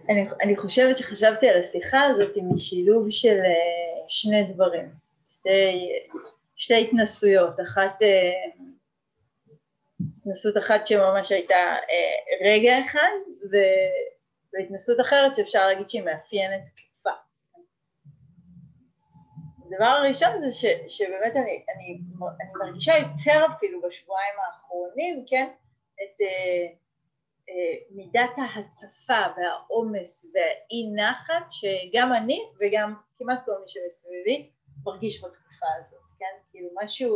אני חושבת שחשבתי על השיחה הזאת עם שילוב של שני דברים, שתי התנסויות, התנסות אחת שממש הייתה רגע אחד, והתנסות אחרת שאפשר להגיד שהיא מאפיינת תקופה. הדבר הראשון זה שבאמת אני מרגישה יותר אפילו בשבועיים האחרונים, כן, את מידת ההצפה והעומס והאי נחת שגם אני וגם כמעט כל מי שמסביבי מרגיש בתקופה הזאת, כן? כאילו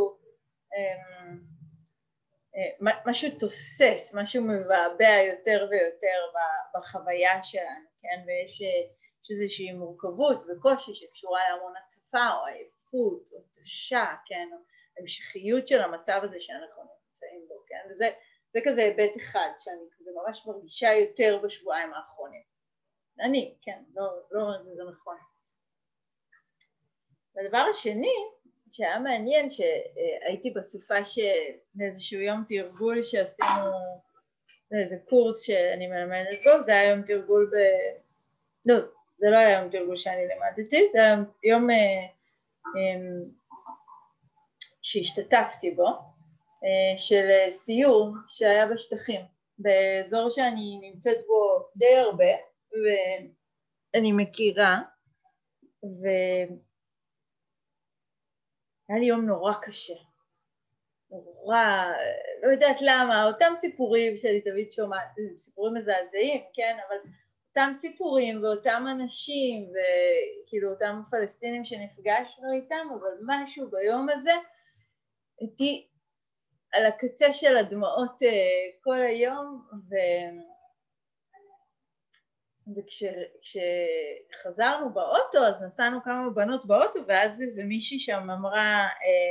משהו תוסס, משהו מבעבע יותר ויותר בחוויה שלנו, כן? ויש איזושהי מורכבות וקושי שקשורה להמון הצפה או עייפות או תשה, כן? או המשכיות של המצב הזה שאנחנו נמצאים בו, כן? זה כזה היבט אחד שאני כזה ממש מרגישה יותר בשבועיים האחרונים. אני, כן, לא אומרת זה נכון. והדבר השני, שהיה מעניין שהייתי בסופה באיזשהו יום תרגול שעשינו, איזה קורס שאני מלמדת בו, זה היה יום תרגול לא, זה לא היה יום תרגול שאני למדתי, זה היה יום שהשתתפתי בו, של סיור שהיה בשטחים, באזור שאני נמצאת בו די הרבה ואני מכירה, והיה לי יום נורא קשה, נורא, לא יודעת למה, אותם סיפורים שאני תמיד שומעת, סיפורים מזעזעים, כן, אבל אותם סיפורים ואותם אנשים וכאילו אותם פלסטינים שנפגשנו איתם, אבל משהו ביום הזה הייתי על הקצה של הדמעות כל היום, וכשחזרנו באוטו אז נסענו כמה בנות באוטו, ואז איזה מישהי שם אמרה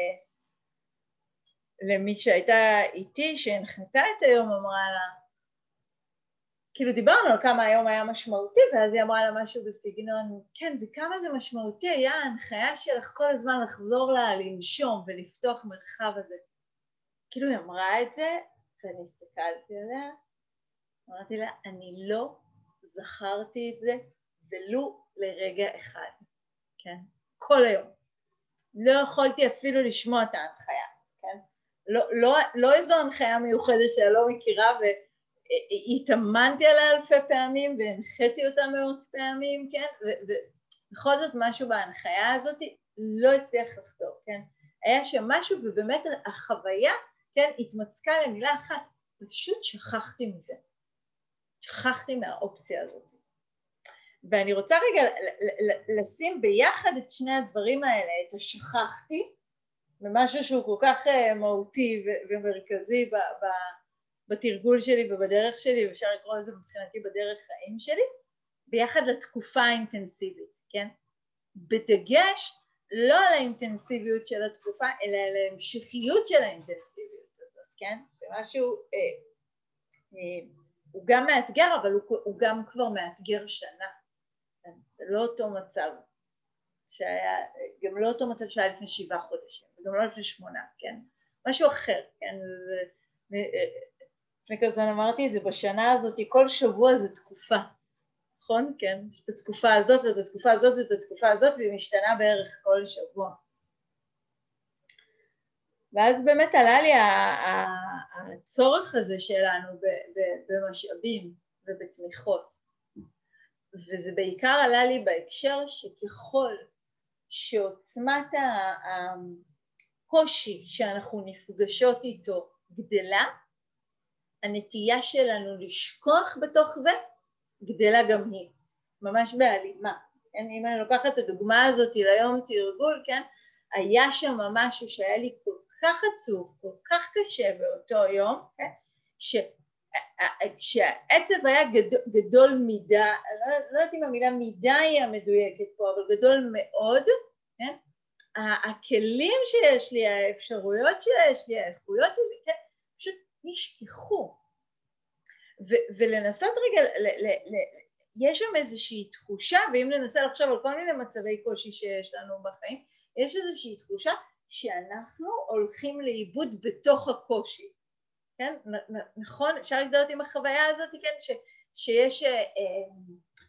למי שהייתה איתי שהנחתה את היום, אמרה לה, כאילו דיברנו על כמה היום היה משמעותי, ואז היא אמרה לה משהו בסגנון, כן, וכמה זה משמעותי היה ההנחיה שלך כל הזמן לחזור לה לנשום ולפתוח מרחב הזה. כאילו היא אמרה את זה, ואני הסתכלתי עליה, אמרתי לה, אני לא זכרתי את זה ולו לרגע אחד, כן? כל היום. לא יכולתי אפילו לשמוע את ההנחיה, כן? לא איזו הנחיה מיוחדת שאני לא מכירה, והתאמנתי עליה אלפי פעמים, והנחיתי אותה מאות פעמים, כן? ובכל זאת משהו בהנחיה הזאת לא הצליח לכתוב, כן? היה שם משהו, ובאמת החוויה, כן, התמצקה למילה אחת, פשוט שכחתי מזה. שכחתי מהאופציה הזאת. ואני רוצה רגע לשים ביחד את שני הדברים האלה, את השכחתי, ומשהו שהוא כל כך מהותי ומרכזי בתרגול שלי ובדרך שלי, ואפשר לקרוא לזה מבחינתי בדרך חיים שלי, ביחד לתקופה האינטנסיבית, כן? בדגש לא על האינטנסיביות של התקופה, אלא על ההמשכיות של האינטנסיביות הזאת, כן? שמשהו הוא גם מאתגר, אבל הוא גם כבר מאתגר שנה. זה לא אותו מצב שהיה, גם לא אותו מצב שהיה לפני 7 חודשים, וגם לא לפני 8, כן? משהו אחר, כן? לפני כזה אמרתי את זה, בשנה הזאת, כל שבוע זה תקופה, נכון? כן? יש את התקופה הזאת ואת התקופה הזאת ואת התקופה הזאת, והיא משתנה בערך כל שבוע. ואז באמת עלה לי הצורך הזה שלנו במשאבים ובתמיכות, וזה בעיקר עלה לי בהקשר שככל שעוצמת הקושי שאנחנו נפגשות איתו גדלה, הנטייה שלנו לשכוח בתוך זה גדלה גם היא, ממש בהלימה. כן? אם אני לוקחת את הדוגמה הזאת ליום תרגול, כן? היה שם משהו שהיה לי כל כך עצוב, כל כך קשה באותו יום, כן? שהעצב היה גדול מידה, לא יודעת אם המילה מידה היא המדויקת פה, אבל גדול מאוד, כן? הכלים שיש לי, האפשרויות שיש לי, האיכויות שלי, כן? פשוט נשכחו. ולנסות רגע, יש שם איזושהי תחושה, ואם ננסה לחשוב על כל מיני מצבי קושי שיש לנו בחיים, יש איזושהי תחושה שאנחנו הולכים לאיבוד בתוך הקושי. כן? נכון? אפשר להזדהות עם החוויה הזאת, כן? שיש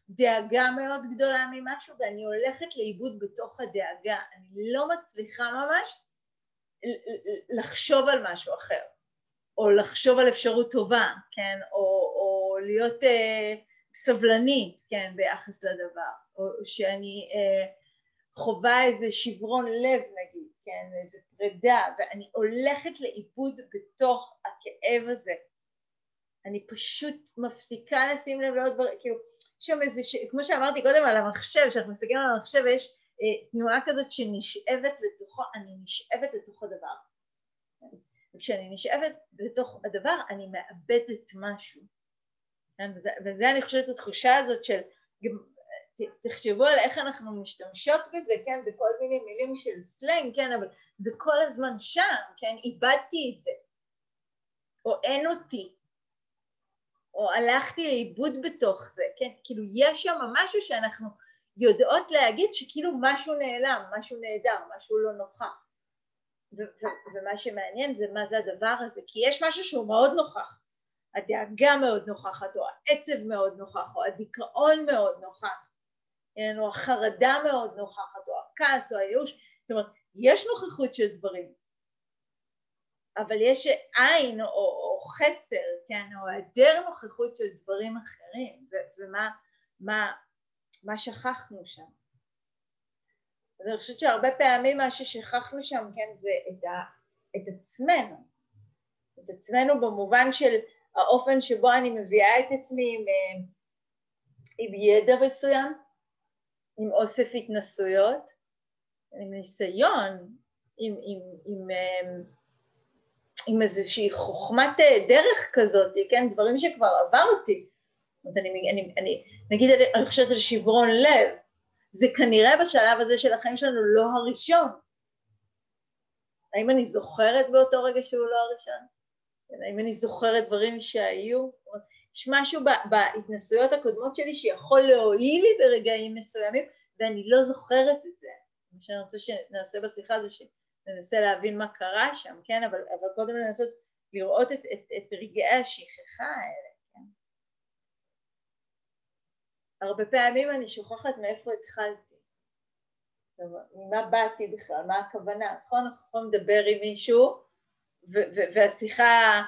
דאגה מאוד גדולה ממשהו ואני הולכת לאיבוד בתוך הדאגה, אני לא מצליחה ממש לחשוב על משהו אחר, או לחשוב על אפשרות טובה, כן, או להיות סבלנית, כן, ביחס לדבר, או שאני חובה איזה שברון לב נגיד, כן, איזה פרידה, ואני הולכת לאיבוד בתוך הכאב הזה, אני פשוט מפסיקה לשים לב לעוד דברים, כאילו, שם איזה, כמו שאמרתי קודם על המחשב, שאנחנו מסתכלים על המחשב ויש תנועה כזאת שנשאבת לתוכו, אני נשאבת לתוך הדבר. וכשאני נשאבת לתוך הדבר, אני מאבדת משהו. וזה אני חושבת התחושה הזאת של, תחשבו על איך אנחנו משתמשות בזה, כן, בכל מיני מילים של סלנג, כן, אבל זה כל הזמן שם, כן, איבדתי את זה, או אין אותי, או הלכתי לאיבוד בתוך זה, כן, כאילו יש שם משהו שאנחנו יודעות להגיד שכאילו משהו נעלם, משהו נהדר, משהו לא נוכח, ומה שמעניין זה מה זה הדבר הזה, כי יש משהו שהוא מאוד נוכח, הדאגה מאוד נוכחת, או העצב מאוד נוכח, או הדיכאון מאוד נוכח, או החרדה מאוד נוכחת, או הכעס, או הייאוש, זאת אומרת, יש נוכחות של דברים, אבל יש עין או חסר, כן, או היעדר נוכחות של דברים אחרים, ומה שכחנו שם. אז אני חושבת שהרבה פעמים מה ששכחנו שם, כן, זה את עצמנו. את עצמנו במובן של האופן שבו אני מביאה את עצמי עם ידע מסוים, עם אוסף התנסויות, עם ניסיון, עם איזושהי חוכמת דרך כזאת, כן, דברים שכבר עברתי. נגיד, אני חושבת על שברון לב, זה כנראה בשלב הזה של החיים שלנו לא הראשון. האם אני זוכרת באותו רגע שהוא לא הראשון? האם אני זוכרת דברים שהיו? יש משהו בהתנסויות הקודמות שלי שיכול להועיל לי ברגעים מסוימים, ואני לא זוכרת את זה. מה שאני רוצה שנעשה בשיחה זה שננסה להבין מה קרה שם, כן? אבל קודם לנסות לראות את רגעי השכחה האלה, כן? הרבה פעמים אני שוכחת מאיפה התחלתי. ממה באתי בכלל, מה הכוונה? נכון? אנחנו יכולים לדבר עם מישהו, והשיחה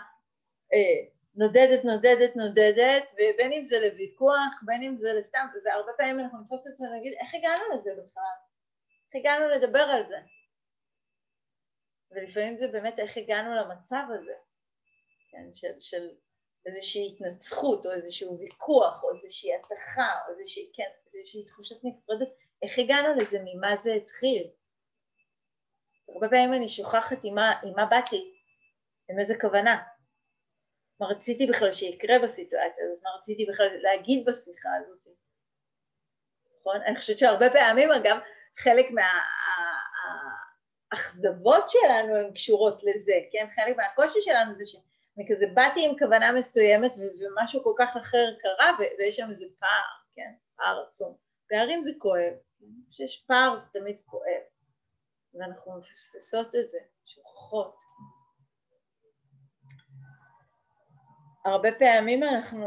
נודדת, ובין אם זה לוויכוח, בין אם זה לסתם, והרבה פעמים אנחנו נתפוס את עצמנו ונגיד, איך הגענו לזה בכלל? איך הגענו לדבר על זה? ולפעמים זה באמת איך הגענו למצב הזה, כן? של איזושהי התנצחות, או איזשהו ויכוח, או איזושהי התחה, או איזושהי תחושת נפרדת, איך הגענו לזה, ממה זה התחיל? הרבה פעמים אני שוכחת עם מה באתי, עם איזה כוונה. מה רציתי בכלל שיקרה בסיטואציה הזאת, מה רציתי בכלל להגיד בשיחה הזאת. נכון? אני חושבת שהרבה פעמים, אגב, חלק מהאכזבות שלנו הן קשורות לזה, כן? חלק מהקושי שלנו זה שאני כזה באתי עם כוונה מסוימת ומשהו כל כך אחר קרה, ויש שם איזה פער, כן? פער עצום. פערים זה כואב, כשיש פער זה תמיד כואב, ואנחנו מפספסות את זה, שוכחות. הרבה פעמים אנחנו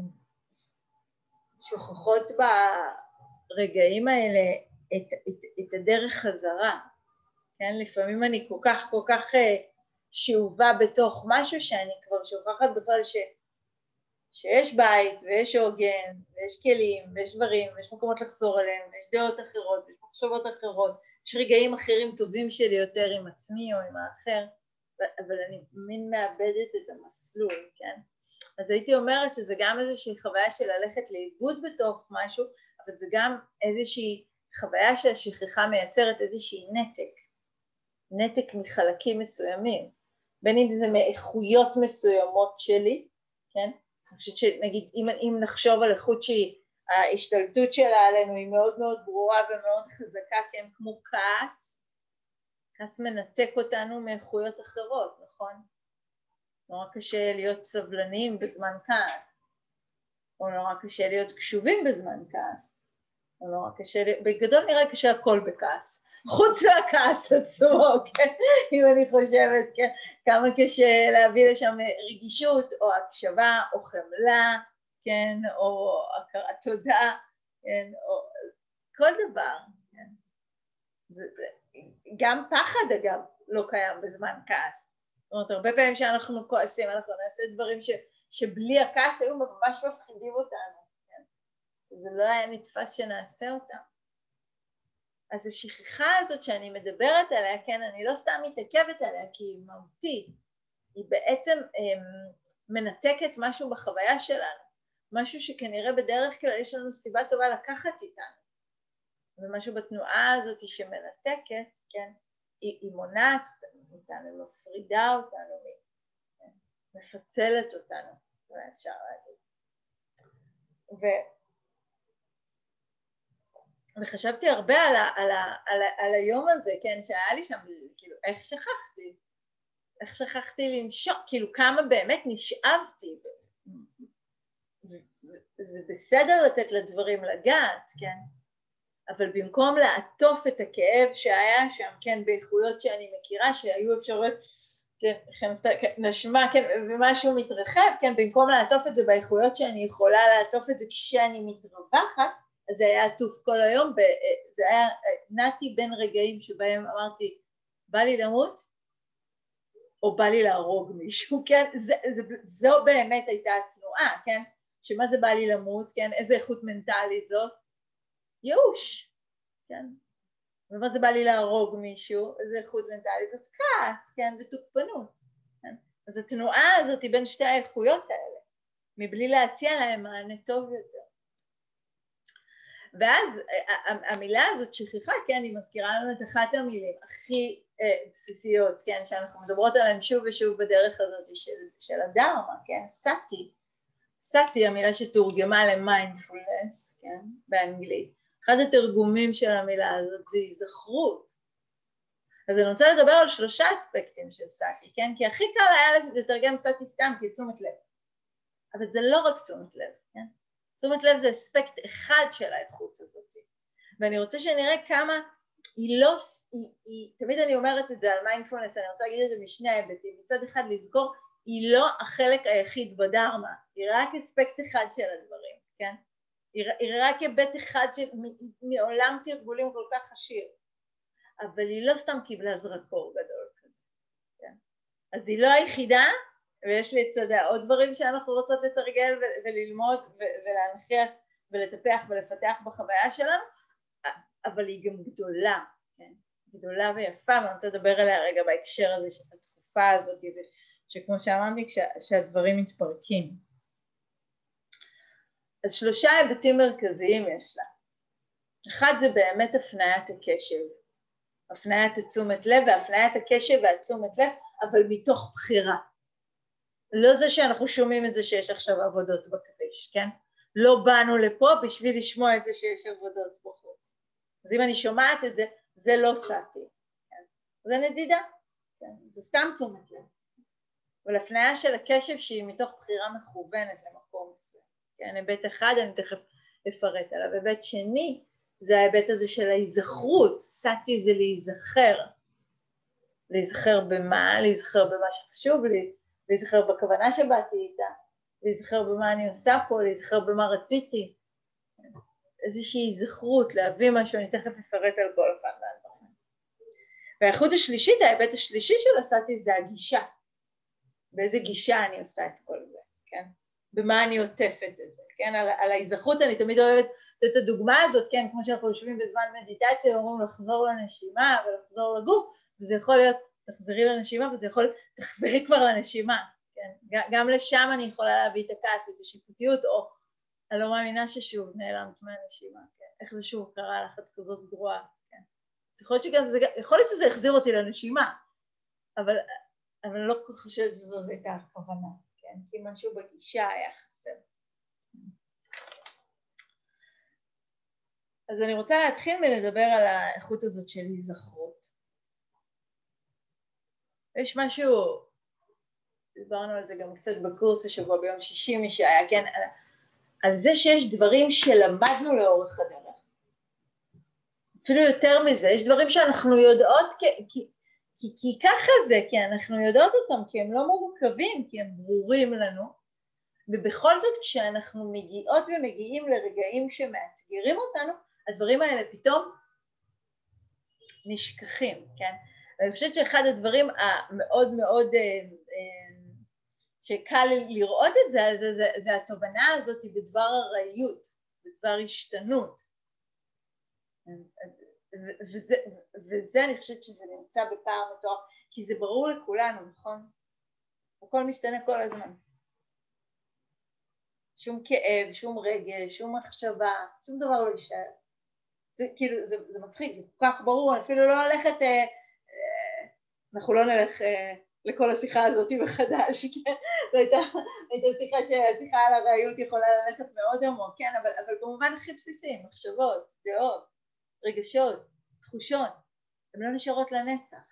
שוכחות ברגעים האלה את הדרך חזרה, כן? לפעמים אני כל כך שאובה בתוך משהו שאני כבר שוכחת בכלל שיש בית ויש עוגן ויש כלים ויש דברים ויש מקומות לחזור אליהם ויש דעות אחרות ויש מחשבות אחרות, יש רגעים אחרים טובים שלי יותר עם עצמי או עם האחר, אבל אני מין מאבדת את המסלול, כן? אז הייתי אומרת שזה גם איזושהי חוויה של ללכת לאיבוד בתוך משהו, אבל זה גם איזושהי חוויה שהשכחה מייצרת איזושהי נתק מחלקים מסוימים, בין אם זה מאיכויות מסוימות שלי, כן? אני חושבת שנגיד אם נחשוב על איכות שההשתלטות שלה עלינו היא מאוד מאוד ברורה ומאוד חזקה, כן? כמו כעס מנתק אותנו מאיכויות אחרות, נכון? נורא קשה להיות סבלניים בזמן כעס, או נורא קשה להיות קשובים בזמן כעס, או נורא קשה, בגדול נראה קשה הכל בכעס, חוץ מהכעס עצמו, כן? אם אני חושבת, כן? כמה קשה להביא לשם רגישות, או הקשבה, או חמלה, כן? או הכרת תודה, כן, או כל דבר, כן. גם פחד אגב לא קיים בזמן כעס. זאת אומרת, הרבה פעמים שאנחנו כועסים, אנחנו נעשה דברים שבלי הכעס היו ממש מפחידים אותנו, כן? שזה לא היה נתפס שנעשה אותם. אז השכחה הזאת שאני מדברת עליה, כן, אני לא סתם מתעכבת עליה כי היא מהותית, היא בעצם מנתקת משהו בחוויה שלנו, משהו שכנראה בדרך כלל יש לנו סיבה טובה לקחת איתנו, ומשהו בתנועה הזאת שמנתקת, כן, היא מונעת אותנו, מפרידה אותנו, כן, מפצלת אותנו, מה אפשר להגיד. וחשבתי הרבה על היום הזה, כן, שהיה לי שם, כאילו, איך שכחתי לנשוק, כאילו כמה באמת נשאבתי, זה בסדר לתת לדברים לגעת, כן, אבל במקום לעטוף את הכאב שהיה שם, כן, באיכויות שאני מכירה, שהיו אפשרויות, כן, נשמה, כן, ומשהו מתרחב, כן, במקום לעטוף את זה באיכויות שאני יכולה לעטוף את זה כשאני מתרווחת, אז זה היה עטוף כל היום, זה היה, נעתי בין רגעים שבהם אמרתי, בא לי למות, או בא לי להרוג מישהו, כן, זו באמת הייתה התנועה, כן, שמה זה בא לי למות, כן, איזה איכות מנטלית זאת, ייאוש, כן, ומה זה בא לי להרוג מישהו, איזה איכות מנטלית, זאת כעס, כן, ותוקפנות, כן, אז התנועה הזאת היא בין שתי האיכויות האלה, מבלי להציע להם מענה טוב יותר. ואז המילה הזאת שכחה, כן, היא מזכירה לנו את אחת המילים הכי בסיסיות, כן, שאנחנו מדברות עליהן שוב ושוב בדרך הזאת של הדרמה, כן, סאטי, המילה שתורגמה למיינדפולנס, כן, באנגלית. אחד התרגומים של המילה הזאת זה היזכרות. אז אני רוצה לדבר על 3 אספקטים של סאטי, כן, כי הכי קל היה לתרגם סאטי סתם כתשומת לב, אבל זה לא רק תשומת לב, כן, תשומת לב זה אספקט אחד של האיכות הזאת, ואני רוצה שנראה כמה היא לא, תמיד אני אומרת את זה על מיינדפולנס, אני רוצה להגיד את זה משני ההיבטים, מצד אחד לזכור, היא לא החלק היחיד בדרמה, היא רק אספקט אחד של הדברים, כן? היא רק היבט אחד מעולם תרגולים כל כך עשיר, אבל היא לא סתם קיבלה זרקור גדול כזה, כן? אז היא לא היחידה, ויש לי צדה עוד דברים שאנחנו רוצות לתרגל וללמוד ולהנחיח ולטפח ולפתח בחוויה שלנו, אבל היא גם גדולה, כן? גדולה ויפה, ואני רוצה לדבר עליה רגע בהקשר הזה של התקופה הזאת, שכמו שאמרתי, שהדברים מתפרקים. אז 3 היבטים מרכזיים יש לה. אחד זה באמת הפניית הקשב, הפניית התשומת לב והפניית הקשב והתשומת לב, אבל מתוך בחירה. לא זה שאנחנו שומעים את זה שיש עכשיו עבודות בכביש, כן? לא באנו לפה בשביל לשמוע את זה שיש עבודות בחוץ. אז אם אני שומעת את זה, זה לא סאטי, כן? זה נדידה, כן? זה סתם תשומת לב. ולהפניה של הקשב שהיא מתוך בחירה מכוונת למקום מסוים. כן, היבט אחד אני תכף אפרט עליו, היבט שני זה ההיבט הזה של ההיזכרות, סאטי זה להיזכר. להיזכר במה? להיזכר במה שחשוב לי, להיזכר בכוונה שבאתי איתה, להיזכר במה אני עושה פה, להיזכר במה רציתי. איזושהי היזכרות, להביא משהו, אני תכף אפרט על כל אחד מהדברים. והאיכות השלישית, ההיבט השלישי של הסאטי זה הגישה. באיזה גישה אני עושה את כל זה, כן? במה אני עוטפת את זה, כן? על ההיזכרות אני תמיד אוהבת את הדוגמה הזאת, כן? כמו שאנחנו יושבים בזמן מדיטציה, אומרים לחזור לנשימה ולחזור לגוף, וזה יכול להיות תחזרי לנשימה, וזה יכול להיות תחזרי כבר לנשימה, כן? גם לשם אני יכולה להביא את הכעס ואת השיפוטיות, או אני לא מאמינה ששוב נעלמת מהנשימה, כן? איך זה שוב קרה לך את כזאת גרועה, כן? אז יכול להיות שזה יחזיר אותי לנשימה, אבל אני לא כל כך חושבת שזו הייתה הכוונה, כן? כי משהו בגישה היה חסר. אז אני רוצה להתחיל מלדבר על האיכות הזאת של היזכרות. יש משהו, דיברנו על זה גם קצת בקורס השבוע ביום שישי מי שהיה, כן? על זה שיש דברים שלמדנו לאורך הדרך. אפילו יותר מזה, יש דברים שאנחנו יודעות כי ככה זה, כי אנחנו יודעות אותם, כי הם לא מורכבים, כי הם ברורים לנו, ובכל זאת כשאנחנו מגיעות ומגיעים לרגעים שמאתגרים אותנו, הדברים האלה פתאום נשכחים, כן? ואני חושבת שאחד הדברים המאוד מאוד שקל לראות את זה התובנה הזאת בדבר הראיות, בדבר השתנות. וזה אני חושבת שזה נמצא בפער מטורף, כי זה ברור לכולנו, נכון? הכל משתנה כל הזמן. שום כאב, שום רגש, שום מחשבה, שום דבר לא יישאר. זה כאילו, זה מצחיק, זה כל כך ברור, אפילו לא הולכת, אנחנו לא נלך לכל השיחה הזאת מחדש, כן? זו הייתה שיחה שהשיחה על הראיות יכולה ללכת מאוד עמוק, כן? אבל במובן הכי בסיסי, מחשבות, דעות, רגשות, תחושות, הן לא נשארות לנצח.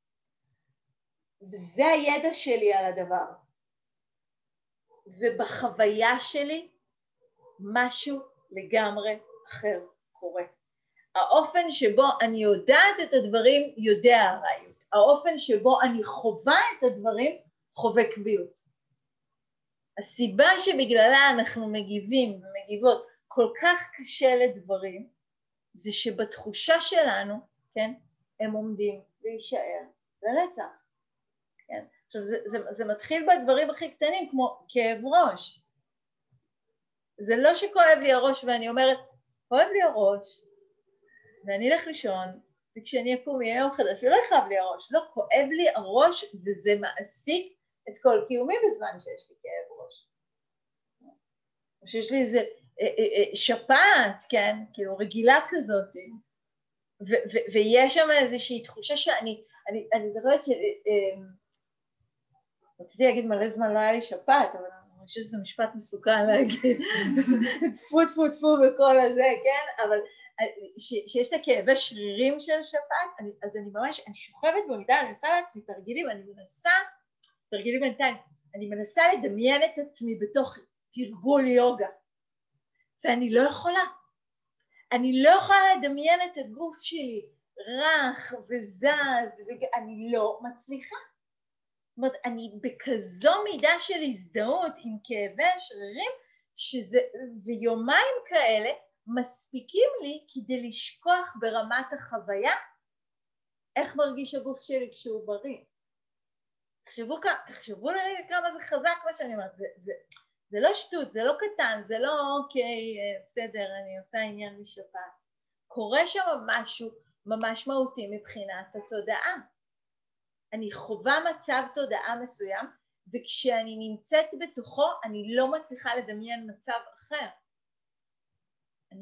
וזה הידע שלי על הדבר. ובחוויה שלי משהו לגמרי אחר קורה. האופן שבו אני יודעת את הדברים יודע הראיות. האופן שבו אני חווה את הדברים חווה קביעות. הסיבה שבגללה אנחנו מגיבים ומגיבות כל כך קשה לדברים, זה שבתחושה שלנו, כן, הם עומדים להישאר לנצח. כן? עכשיו זה מתחיל בדברים הכי קטנים כמו כאב ראש. זה לא שכואב לי הראש ואני אומרת, כואב לי הראש, ואני אלך לישון, וכשאני אקום יהיה יום חדש, ולא יכאב לי הראש, לא כואב לי הראש, וזה מעסיק את כל קיומי בזמן שיש לי כאב ראש. או שיש לי איזה שפעת, כן, כאילו רגילה כזאת, ויש שם איזושהי תחושה שאני זוכרת רציתי להגיד מלא זמן לא היה לי שפעת, אבל אני חושבת שזה משפט מסוכן להגיד, צפו צפו צפו וכל הזה, כן, אבל שיש את הכאבי שרירים של שפעת, אז אני ממש, אני שוכבת במיטה, אני עושה לעצמי תרגילים, תרגילים בינתיים, אני מנסה לדמיין את עצמי בתוך תרגול יוגה, ואני לא יכולה, אני לא יכולה לדמיין את הגוף שלי רך וזז, ואני לא מצליחה. זאת אומרת, אני בכזו מידה של הזדהות עם כאבי השרירים, ויומיים כאלה מספיקים לי כדי לשכוח ברמת החוויה איך מרגיש הגוף שלי כשהוא בריא. תחשבו לרגע כמה זה חזק מה שאני אומרת, זה לא שטות, זה לא קטן, זה לא אוקיי, בסדר, אני עושה עניין משפעת. קורה שם משהו ממש מהותי מבחינת התודעה. אני חווה מצב תודעה מסוים, וכשאני נמצאת בתוכו, אני לא מצליחה לדמיין מצב אחר. אני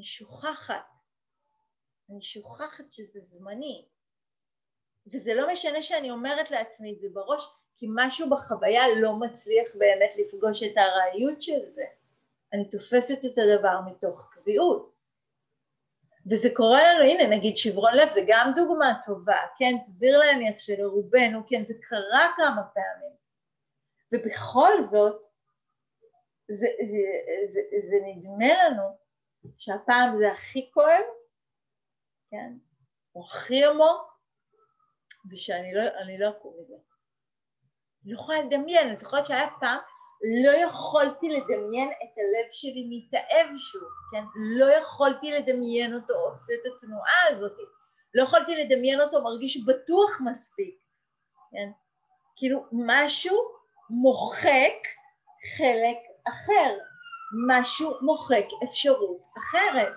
שוכחת שזה זמני. וזה לא משנה שאני אומרת לעצמי את זה בראש, כי משהו בחוויה לא מצליח באמת לפגוש את הראיות של זה. אני תופסת את הדבר מתוך קביעות. וזה קורה לנו, הנה נגיד שברון לב, זה גם דוגמה טובה, כן, סביר להניח שלרובנו, כן, זה קרה כמה פעמים. ובכל זאת, זה נדמה לנו שהפעם זה הכי כואב, כן, או הכי עמוק, ושאני לא אקום מזה. אני לא יכולה לדמיין, אני זוכרת שהיה פעם, לא יכולתי לדמיין את הלב שלי מתאהב שוב, כן? לא יכולתי לדמיין אותו עושה את התנועה הזאת, לא יכולתי לדמיין אותו מרגיש בטוח מספיק, כן? כאילו משהו מוחק חלק אחר, משהו מוחק אפשרות אחרת.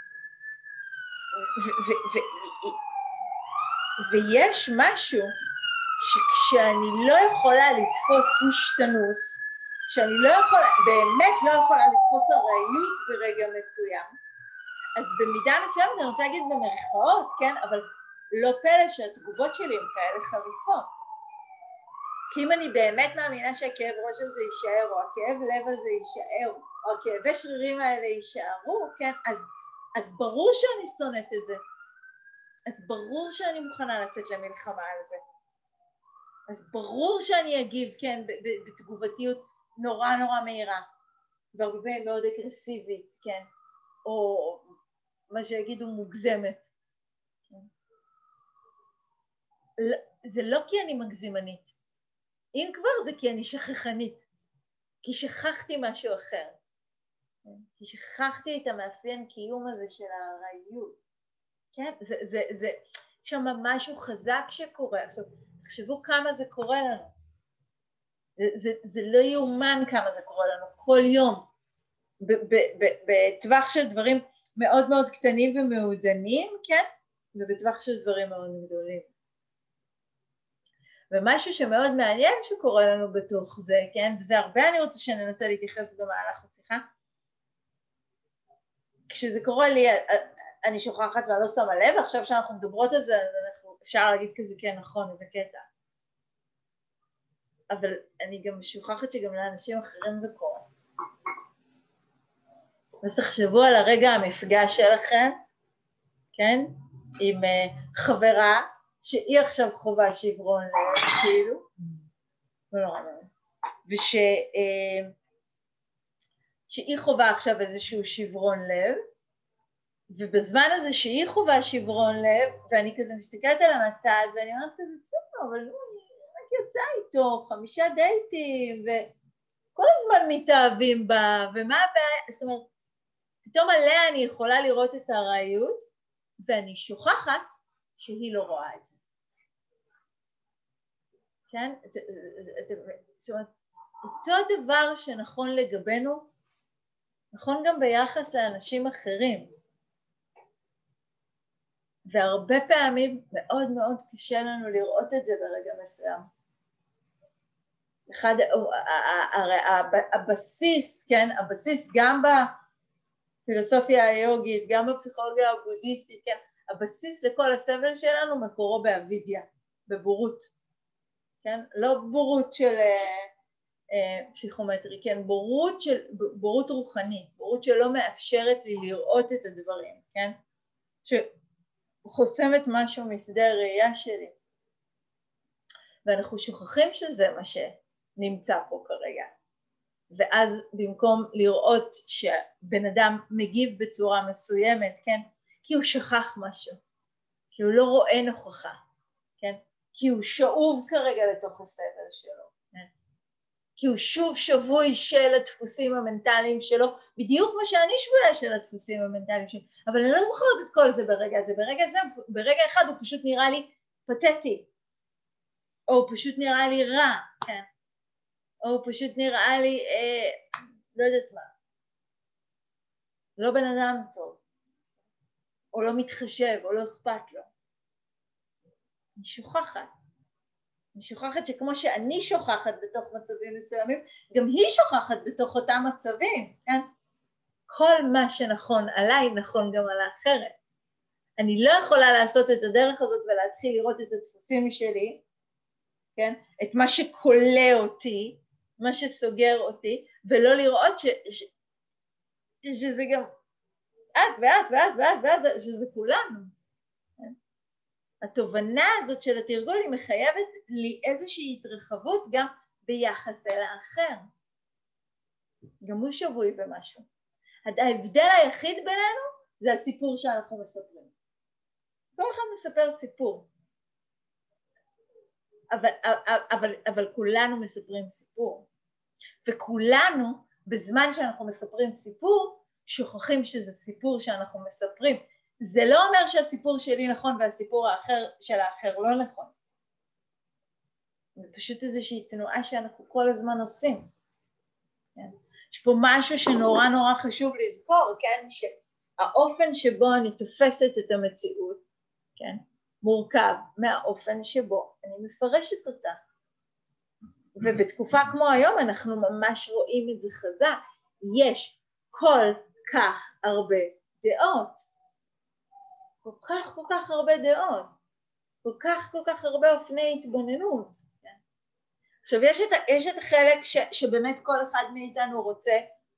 ויש משהו שכשאני לא יכולה לתפוס השתנות, שאני באמת לא יכולה לתפוס הראיות ברגע מסוים, אז במידה מסוימת אני רוצה להגיד במרכאות, כן, אבל לא פלא שהתגובות שלי הן כאלה חריפות. כי אם אני באמת מאמינה שהכאב ראש הזה יישאר, או הכאב לב הזה יישאר, או הכאבי שרירים האלה יישארו, כן, אז ברור שאני שונאת את זה. אז ברור שאני מוכנה לצאת למלחמה על זה. אז ברור שאני אגיב, כן, בתגובתיות נורא מהירה, והרבה פעמים מאוד אגרסיבית, כן, או מה שיגידו מוגזמת. כן. זה לא כי אני מגזימנית, אם כבר זה כי אני שכחנית. כי שכחתי משהו אחר, כי שכחתי את המאפיין קיום הזה של הארעיות, כן? זה שם משהו חזק שקורה. עכשיו, תחשבו כמה זה קורה לנו. זה לא יאומן כמה זה קורה לנו, כל יום, בטווח של דברים מאוד מאוד קטנים ומעודנים, כן? ובטווח של דברים מאוד גדולים. ומשהו שמאוד מעניין שקורה לנו בתוך זה, כן? וזה הרבה אני רוצה שננסה להתייחס במהלך השיחה. כשזה קורה לי, אני שוכחת ואני לא שמה לב, ועכשיו שאנחנו מדברות על זה, אז אפשר להגיד כזה כן נכון, איזה קטע. אבל אני גם שוכחת שגם לאנשים אחרים זה קורה. אז תחשבו על הרגע המפגש שלכם, כן? עם חברה שהיא עכשיו חובה שברון לב, כאילו, ולא רבה. שהיא חובה עכשיו איזשהו שברון לב, ובזמן הזה שהיא חובה שברון לב, ואני כזה מסתכלת על המצד, ואני אומרת כזה, טוב, אבל אני רק יוצאה איתו 5 דייטים, וכל הזמן מתאהבים בה, ומה הבעיה? זאת אומרת, פתאום עליה אני יכולה לראות את הרעיות, ואני שוכחת שהיא לא רואה את זה. כן? זאת אומרת, אותו דבר שנכון לגבינו, נכון גם ביחס לאנשים אחרים. והרבה פעמים מאוד מאוד קשה לנו לראות את זה ברגע מסוים. הבסיס, כן? הבסיס גם בפילוסופיה היוגית, גם בפסיכולוגיה הבודהיסטית, כן? הבסיס לכל הסבל שלנו מקורו באבידיה, בבורות. כן? לא בורות של פסיכומטרי, כן? בורות רוחנית, בורות שלא מאפשרת לי לראות את הדברים, כן? שחוסמת משהו משדה הראייה שלי. ואנחנו שוכחים שזה מה שנמצא פה כרגע. ואז במקום לראות שבן אדם מגיב בצורה מסוימת, כן? כי הוא שכח משהו, כי הוא לא רואה נוכחה, כן? כי הוא שאוב כרגע לתוך הסבל שלו, כן? כי הוא שוב שבוי של הדפוסים המנטליים שלו, בדיוק כמו שאני שבויה של הדפוסים המנטליים שלו, אבל אני לא זוכרת את כל זה ברגע הזה, ברגע אחד הוא פשוט נראה לי פתטי, או פשוט נראה לי רע, כן? או פשוט נראה לי, לא יודעת מה, לא בן אדם טוב, או לא מתחשב, או לא אכפת לו. אני שוכחת שכמו שאני שוכחת בתוך מצבים מסוימים, גם היא שוכחת בתוך אותם מצבים, כן? כל מה שנכון עליי נכון גם על האחרת. אני לא יכולה לעשות את הדרך הזאת ולהתחיל לראות את הדפוסים שלי, כן? את מה שקולה אותי, מה שסוגר אותי, ולא לראות שזה גם את ואת ואת ואת ואת, שזה כולנו. כן? התובנה הזאת של התרגול היא מחייבת לי איזושהי התרחבות גם ביחס אל האחר. גם הוא שבוי במשהו. ההבדל היחיד בינינו זה הסיפור שאנחנו מספרים. כל אחד מספר סיפור. אבל כולנו מספרים סיפור. וכולנו, בזמן שאנחנו מספרים סיפור, שוכחים שזה סיפור שאנחנו מספרים. זה לא אומר שהסיפור שלי נכון והסיפור של האחר לא נכון. זה פשוט איזושהי תנועה שאנחנו כל הזמן עושים. כן? יש פה משהו שנורא נורא חשוב לזכור, כן? שהאופן שבו אני תופסת את המציאות, כן? מורכב מהאופן שבו אני מפרשת אותה. ובתקופה כמו היום אנחנו ממש רואים את זה חזק. יש כל כך הרבה דעות. כל כך הרבה דעות. כל כך הרבה אופני התבוננות. כן? עכשיו יש את החלק שבאמת כל אחד מאיתנו רוצה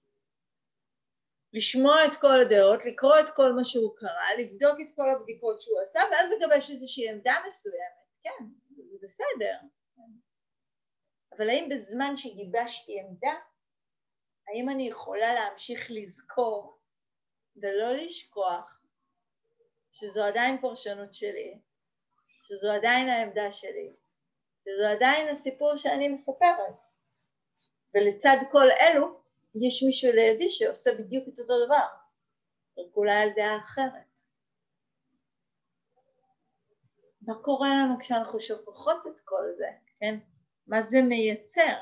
לשמוע את כל הדעות, לקרוא את כל מה שהוא קרא, לבדוק את כל הבדיקות שהוא עשה, ואז לגבש איזושהי עמדה מסוימת. כן, זה בסדר. אבל האם בזמן שגיבשתי עמדה, האם אני יכולה להמשיך לזכור ולא לשכוח שזו עדיין פרשנות שלי, שזו עדיין העמדה שלי, שזו עדיין הסיפור שאני מספרת. ולצד כל אלו יש מישהו לידי שעושה בדיוק את אותו דבר, רק אולי על דעה אחרת. מה קורה לנו כשאנחנו שוכחות את כל זה, כן? מה זה מייצר?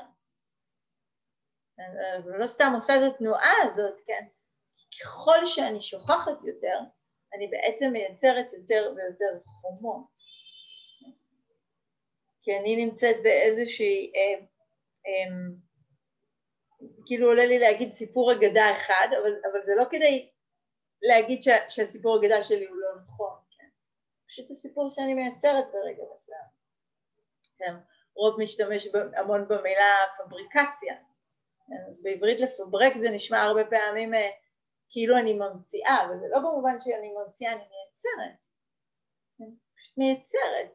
ולא סתם עושה את התנועה הזאת, כן? ככל שאני שוכחת יותר, אני בעצם מייצרת יותר ויותר חומות. כי אני נמצאת באיזושהי, כאילו עולה לי להגיד סיפור אגדה אחד, אבל זה לא כדי להגיד שהסיפור אגדה שלי הוא לא נכון, כן? פשוט הסיפור שאני מייצרת ברגע מסוים. כן? רוב משתמש המון במילה פבריקציה. אז בעברית לפברק זה נשמע הרבה פעמים כאילו אני ממציאה, אבל זה לא במובן שאני ממציאה, אני מייצרת. פשוט מייצרת.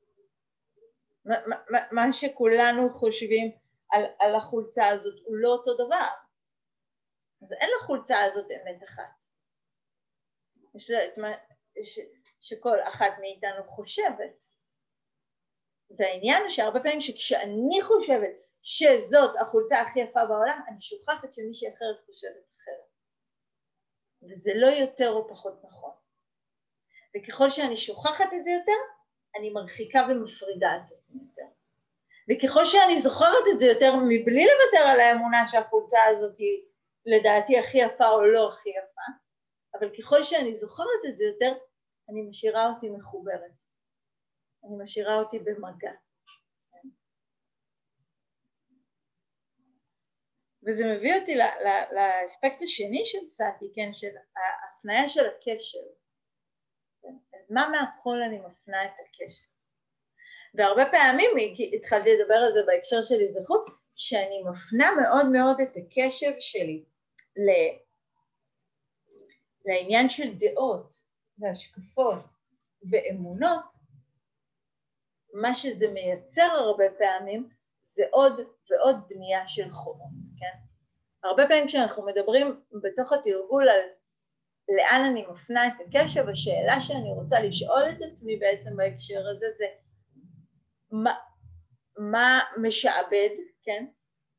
מה שכולנו חושבים על החולצה הזאת הוא לא אותו דבר. אז אין לחולצה הזאת אמת אחת. יש את מה שכל אחת מאיתנו חושבת. והעניין הוא שהרבה פעמים שכשאני חושבת שזאת החולצה הכי יפה בעולם, אני שוכחת שמישהי אחרת חושבת אחרת. וזה לא יותר או פחות נכון. וככל שאני שוכחת את זה יותר, אני מרחיקה ומפרידה את זה יותר. וככל שאני זוכרת את זה יותר, מבלי לוותר על האמונה שהחולצה הזאת היא לדעתי הכי יפה או לא הכי יפה, אבל ככל שאני זוכרת את זה יותר, אני משאירה אותי מחוברת. אני משאירה אותי במגע. וזה מביא אותי לאספקט השני של סאטי, כן, של ההפניה של הקשר. מה מהכל אני מפנה את הקשר? והרבה פעמים התחלתי לדבר על זה בהקשר של היזכרות, שאני מפנה מאוד מאוד את הקשב שלי לעניין של דעות והשקפות ואמונות, מה שזה מייצר הרבה פעמים זה עוד ועוד בנייה של חומות, כן? הרבה פעמים כשאנחנו מדברים בתוך התרגול על לאן אני מפנה את הקשב, השאלה שאני רוצה לשאול את עצמי בעצם בהקשר הזה זה מה משעבד, כן?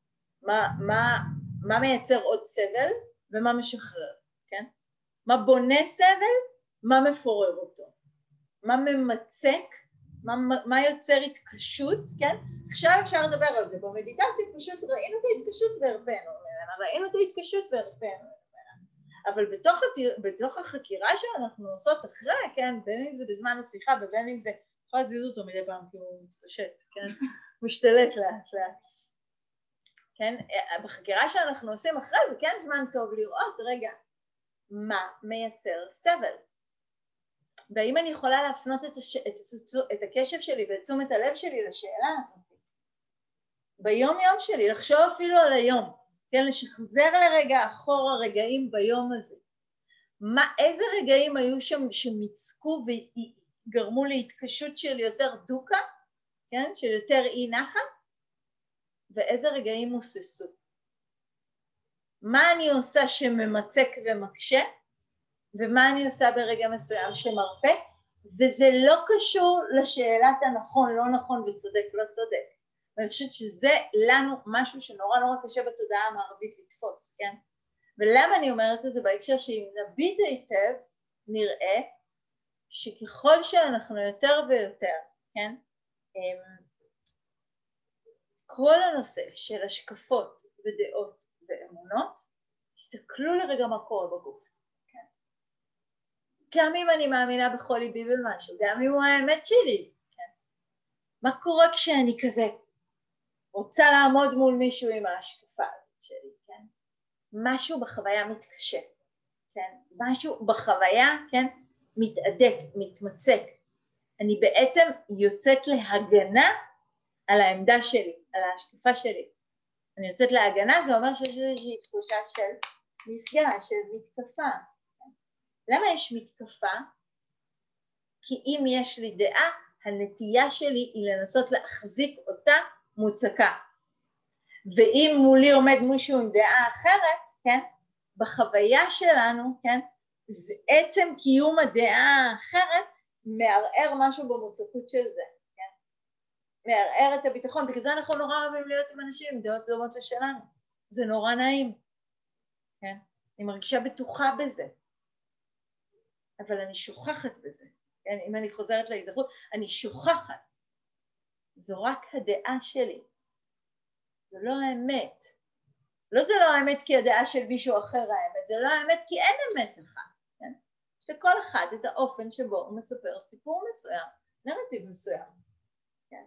מה מייצר עוד סבל ומה משחרר, כן? מה בונה סבל, מה מפורר אותו, מה ממצק, מה יוצר התקשות, כן? עכשיו אפשר לדבר על זה, במדיטציה פשוט ראינו את ההתקשות והרפאנו, ראינו את ההתקשות והרפאנו, אבל בתוך החקירה שאנחנו עושות אחרי, כן? בין אם זה בזמן השיחה ובין אם זה, יכולה להזיז אותו מדי פעם כי הוא מתפשט, כן? משתלט לאט לאט. כן? בחקירה שאנחנו עושים אחרי זה כן זמן טוב לראות, רגע, מה מייצר סבל? והאם אני יכולה להפנות את הקשב שלי ואת תשומת הלב שלי לשאלה הזאת? ביום יום שלי, לחשוב אפילו על היום, כן? לשחזר לרגע אחורה רגעים ביום הזה. איזה רגעים היו שם שמצקו וגרמו להתקשות של יותר דוקה, כן? של יותר אי נחת? ואיזה רגעים מוססו? מה אני עושה שממצק ומקשה? ומה אני עושה ברגע מסוים שמרפא? וזה לא קשור לשאלת הנכון, לא נכון וצודק, לא צודק. ואני חושבת שזה לנו משהו שנורא נורא קשה בתודעה המערבית לתפוס, כן? ולמה אני אומרת את זה? בהקשר שאם נביט היטב, נראה שככל שאנחנו יותר ויותר, כן? כל הנושא של השקפות ודעות ואמונות, תסתכלו לרגע מה קורה בגוף. כן? גם אם אני מאמינה בכל ליבי במשהו, גם אם הוא האמת שלי. כן? מה קורה כשאני כזה רוצה לעמוד מול מישהו עם ההשקפה הזאת שלי? כן? משהו בחוויה מתקשה. כן? משהו בחוויה, כן? מתעדק, מתמצק. אני בעצם יוצאת להגנה על העמדה שלי, על ההשקפה שלי. אני יוצאת להגנה, זה אומר שיש איזושהי תחושה של מפגע, של מתקפה. למה יש מתקפה? כי אם יש לי דעה, הנטייה שלי היא לנסות להחזיק אותה מוצקה. ואם מולי עומד מישהו עם דעה אחרת, כן? בחוויה שלנו, כן? זה עצם קיום הדעה האחרת מערער משהו במוצקות של זה. מערער את הביטחון, בגלל זה אנחנו נורא אוהבים להיות עם אנשים עם דעות דומות לשלנו, זה נורא נעים, כן? אני מרגישה בטוחה בזה, אבל אני שוכחת בזה, כן? אם אני חוזרת להיזכרות, אני שוכחת, זו רק הדעה שלי, זו לא האמת, לא זה לא האמת כי הדעה של מישהו אחר האמת, זה לא האמת כי אין אמת אחת, כן? יש לכל אחד את האופן שבו הוא מספר סיפור מסוים, נרטיב מסוים, כן?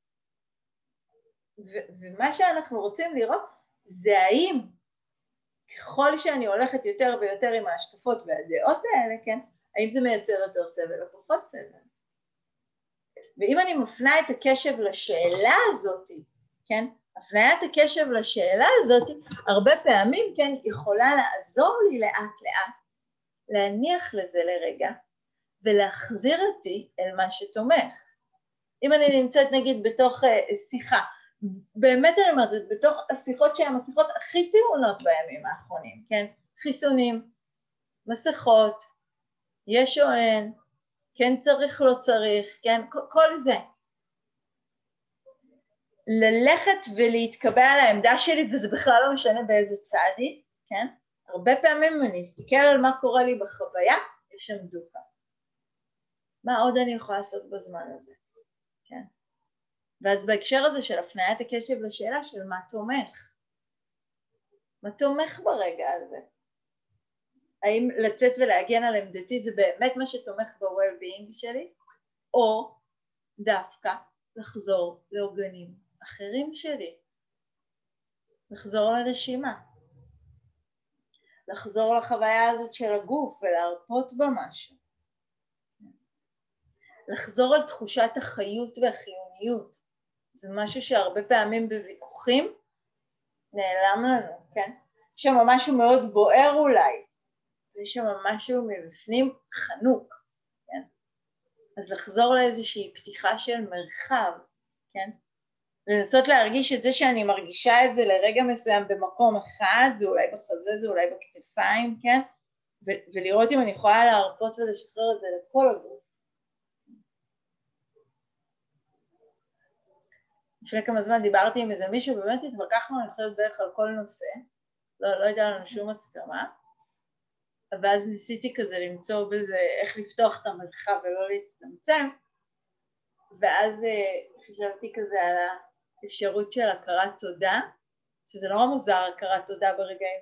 ומה שאנחנו רוצים לראות זה האם ככל שאני הולכת יותר ויותר עם ההשקפות והדעות האלה, כן, האם זה מייצר יותר סבל או פחות סבל. ואם אני מפנה את הקשב לשאלה הזאת, כן, הפניית הקשב לשאלה הזאת, הרבה פעמים, כן, יכולה לעזור לי לאט לאט, להניח לזה לרגע, ולהחזיר אותי אל מה שתומך. אם אני נמצאת נגיד בתוך שיחה, באמת אני אומרת, בתוך השיחות שהן השיחות הכי טעונות בימים האחרונים, כן? חיסונים, מסכות, יש או אין, כן צריך לא צריך, כן? כל זה. ללכת ולהתקבע על העמדה שלי, וזה בכלל לא משנה באיזה צד היא, כן? הרבה פעמים אני אסתכל על מה קורה לי בחוויה, יש שם דוקה. מה עוד אני יכולה לעשות בזמן הזה, כן? ואז בהקשר הזה של הפניית הקשב לשאלה של מה תומך, מה תומך ברגע הזה? האם לצאת ולהגן על עמדתי זה באמת מה שתומך ב-well-being שלי? או דווקא לחזור לעוגנים אחרים שלי? לחזור לנשימה. לחזור לחוויה הזאת של הגוף ולהרפות בה משהו. לחזור על תחושת החיות והחיוניות. זה משהו שהרבה פעמים בוויכוחים נעלם לנו, כן? יש שם משהו מאוד בוער אולי. יש שם משהו מבפנים חנוק, כן? אז לחזור לאיזושהי פתיחה של מרחב, כן? לנסות להרגיש את זה שאני מרגישה את זה לרגע מסוים במקום אחד, זה אולי בחזה, זה אולי בכתפיים, כן? ולראות אם אני יכולה להרפות ולשחרר את זה לכל הגוף. לפני כמה זמן דיברתי עם איזה מישהו, באמת התווכחנו, אני חושבת בערך על כל נושא, לא הייתה לנו שום הסכמה, ואז ניסיתי כזה למצוא בזה איך לפתוח את המרחב ולא להצטמצם, ואז חשבתי כזה על האפשרות של הכרת תודה, שזה נורא מוזר הכרת תודה ברגעים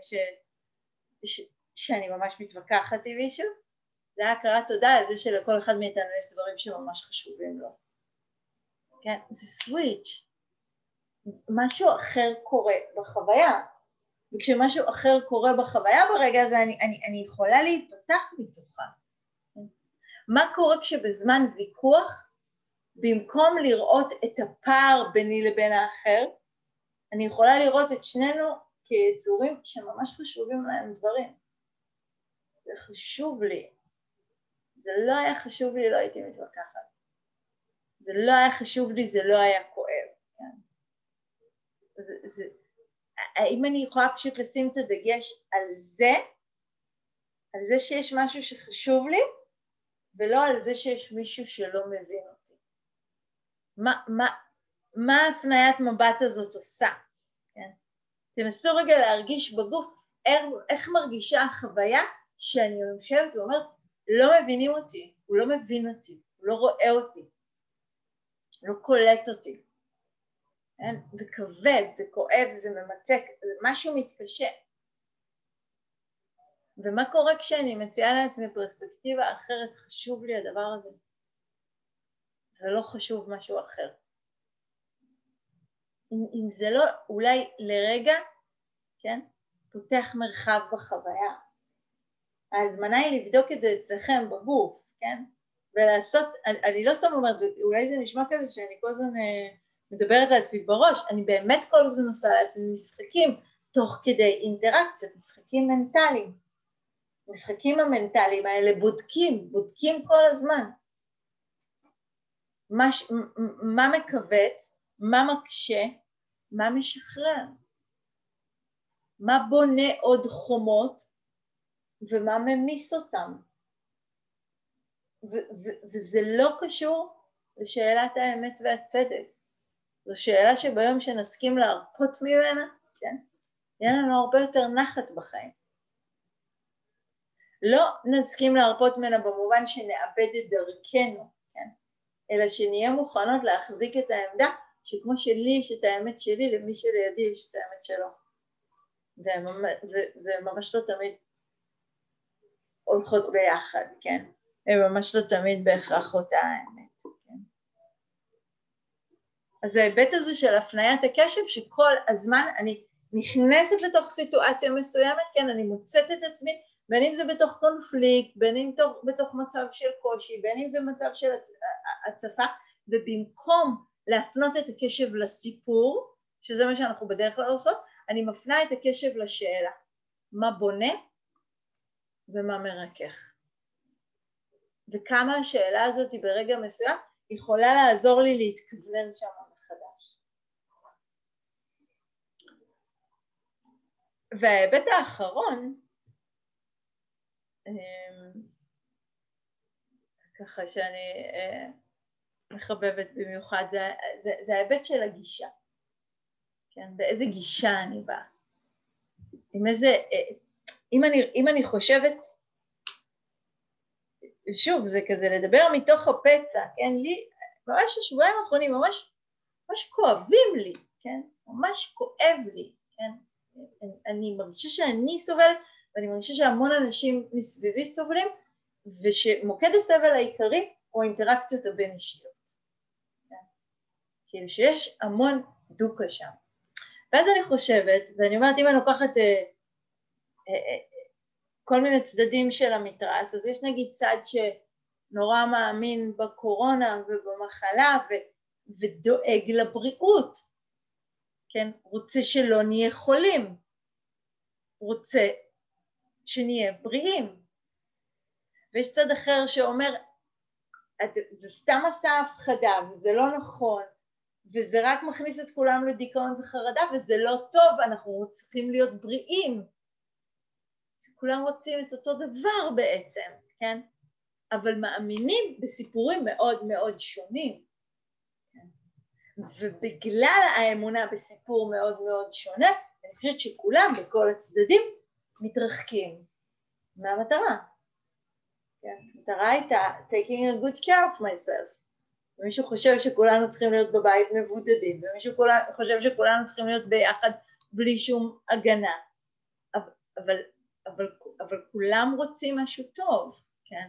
שאני ממש מתווכחת עם מישהו, זה היה הכרת תודה על זה שלכל אחד מאיתנו יש דברים שממש חשובים לו. כן, זה סוויץ', משהו אחר קורה בחוויה, וכשמשהו אחר קורה בחוויה ברגע הזה אני יכולה להתפתח מתוכה. מה קורה כשבזמן ויכוח, במקום לראות את הפער ביני לבין האחר, אני יכולה לראות את שנינו כיצורים שממש חשובים להם דברים. זה חשוב לי. זה לא היה חשוב לי, לא הייתי מתווכחת. זה לא היה חשוב לי, זה לא היה כואב. כן? האם אני יכולה פשוט לשים את הדגש על זה שיש משהו שחשוב לי, ולא על זה שיש מישהו שלא מבין אותי. מה ההפניית מבט הזאת עושה? כן? תנסו רגע להרגיש בגוף איך מרגישה החוויה שאני יושבת ואומרת, לא מבינים אותי, הוא לא מבין אותי, הוא לא רואה אותי, לא קולט אותי. כן? זה כבד, זה כואב, זה ממצק, זה משהו מתקשה. ומה קורה כשאני מציעה לעצמי פרספקטיבה אחרת, חשוב לי הדבר הזה, ולא חשוב משהו אחר. אם זה לא אולי לרגע, כן, פותח מרחב בחוויה. ההזמנה היא לבדוק את זה אצלכם בגוף, כן, ולעשות, אני לא סתם אומרת, אולי זה נשמע כזה שאני כל הזמן מדברת לעצמי בראש, אני באמת כל הזמן עושה לעצמי משחקים, תוך כדי אינטראקציות, משחקים מנטליים. המשחקים המנטליים האלה בודקים כל הזמן. מה מכווץ, מה מקשה, מה משחרר, מה בונה עוד חומות ומה ממיס אותם. וזה לא קשור לשאלת האמת והצדק. זו שאלה שביום שנסכים להרפות ממנה, כן? יהיה לנו הרבה יותר נחת בחיים. לא נסכים להרפות ממנה במובן שנאבד את דרכנו, כן? אלא שנהיה מוכנות להחזיק את העמדה שכמו שלי יש את האמת שלי, למי שלידי יש את האמת שלו. וממש לא תמיד הולכות ביחד, כן? וממש לא תמיד בהכרח אותה האמת, כן? אז ההיבט הזה של הפניית הקשב, שכל הזמן אני נכנסת לתוך סיטואציה מסוימת, כן? אני מוצאת את עצמי, בין אם זה בתוך קונפליקט, בין אם בתוך מצב של קושי, בין אם זה מצב של הצפה, ובמקום להפנות את הקשב לסיפור, שזה מה שאנחנו בדרך כלל עושות, אני מפנה את הקשב לשאלה, מה בונה ומה מרכך. וכמה השאלה הזאת ברגע מסוים יכולה לעזור לי להתכוונן שם מחדש. וההיבט האחרון, ככה שאני מחבבת במיוחד, זה ההיבט של הגישה. כן, באיזה גישה אני באה. עם איזה, אם אני חושבת, שוב, זה כזה לדבר מתוך הפצע, כן, לי, ממש השבועיים האחרונים, ממש כואבים לי, כן, ממש כואב לי, כן, אני מרגישה שאני סובלת, ואני מרגישה שהמון אנשים מסביבי סובלים, ושמוקד הסבל העיקרי הוא האינטראקציות הבין אישיות, כן? כאילו שיש המון דוקה שם. ואז אני חושבת, ואני אומרת, אם אני לוקחת כל מיני צדדים של המתרס, אז יש נגיד צד שנורא מאמין בקורונה ובמחלה ודואג לבריאות, כן? רוצה שלא נהיה חולים, רוצה שנהיה בריאים. ויש צד אחר שאומר, זה סתם עשה הפחדה וזה לא נכון, וזה רק מכניס את כולם לדיכאון וחרדה, וזה לא טוב, אנחנו צריכים להיות בריאים. כולם רוצים את אותו דבר בעצם, כן? אבל מאמינים בסיפורים מאוד מאוד שונים. כן? ובגלל האמונה בסיפור מאוד מאוד שונה, אני חושבת שכולם בכל הצדדים מתרחקים מהמטרה. כן? המטרה הייתה taking a good care of myself. ומישהו חושב שכולנו צריכים להיות בבית מבודדים, ומישהו חושב שכולנו צריכים להיות ביחד בלי שום הגנה. אבל כולם רוצים משהו טוב, כן?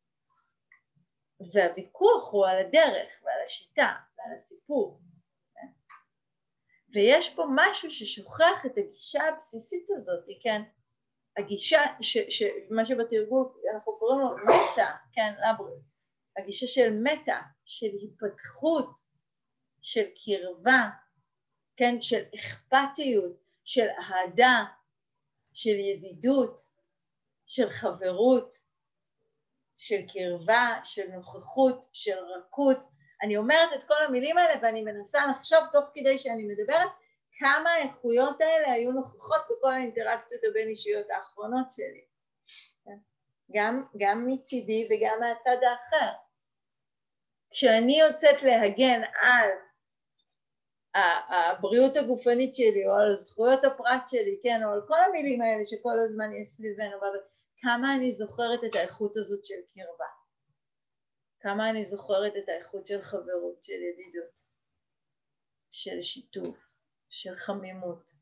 והוויכוח הוא על הדרך ועל השיטה ועל הסיפור. כן? ויש פה משהו ששוכח את הגישה הבסיסית הזאת, כן? הגישה, מה שבתרגול אנחנו קוראים לו מטה, כן? לבריאות. הגישה של מטה, של התפתחות, של קרבה, כן? של אכפתיות, של אהדה, של ידידות, של חברות, של קרבה, של נוכחות, של רכות. אני אומרת את כל המילים האלה ואני מנסה לחשוב תוך כדי שאני מדברת כמה האיכויות האלה היו נוכחות בכל האינטראקציות הבין אישיות האחרונות שלי. גם מצידי וגם מהצד האחר. כשאני יוצאת להגן על הבריאות הגופנית שלי או על זכויות הפרט שלי, כן, או על כל המילים האלה שכל הזמן יש סביבנו, כמה אני זוכרת את האיכות הזאת של קרבה, כמה אני זוכרת את האיכות של חברות, של ידידות, של שיתוף, של חמימות.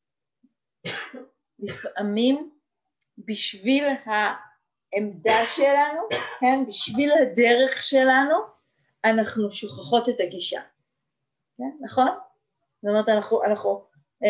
לפעמים בשביל העמדה שלנו, כן, בשביל הדרך שלנו, אנחנו שוכחות את הגישה. כן, נכון? זאת אומרת, אנחנו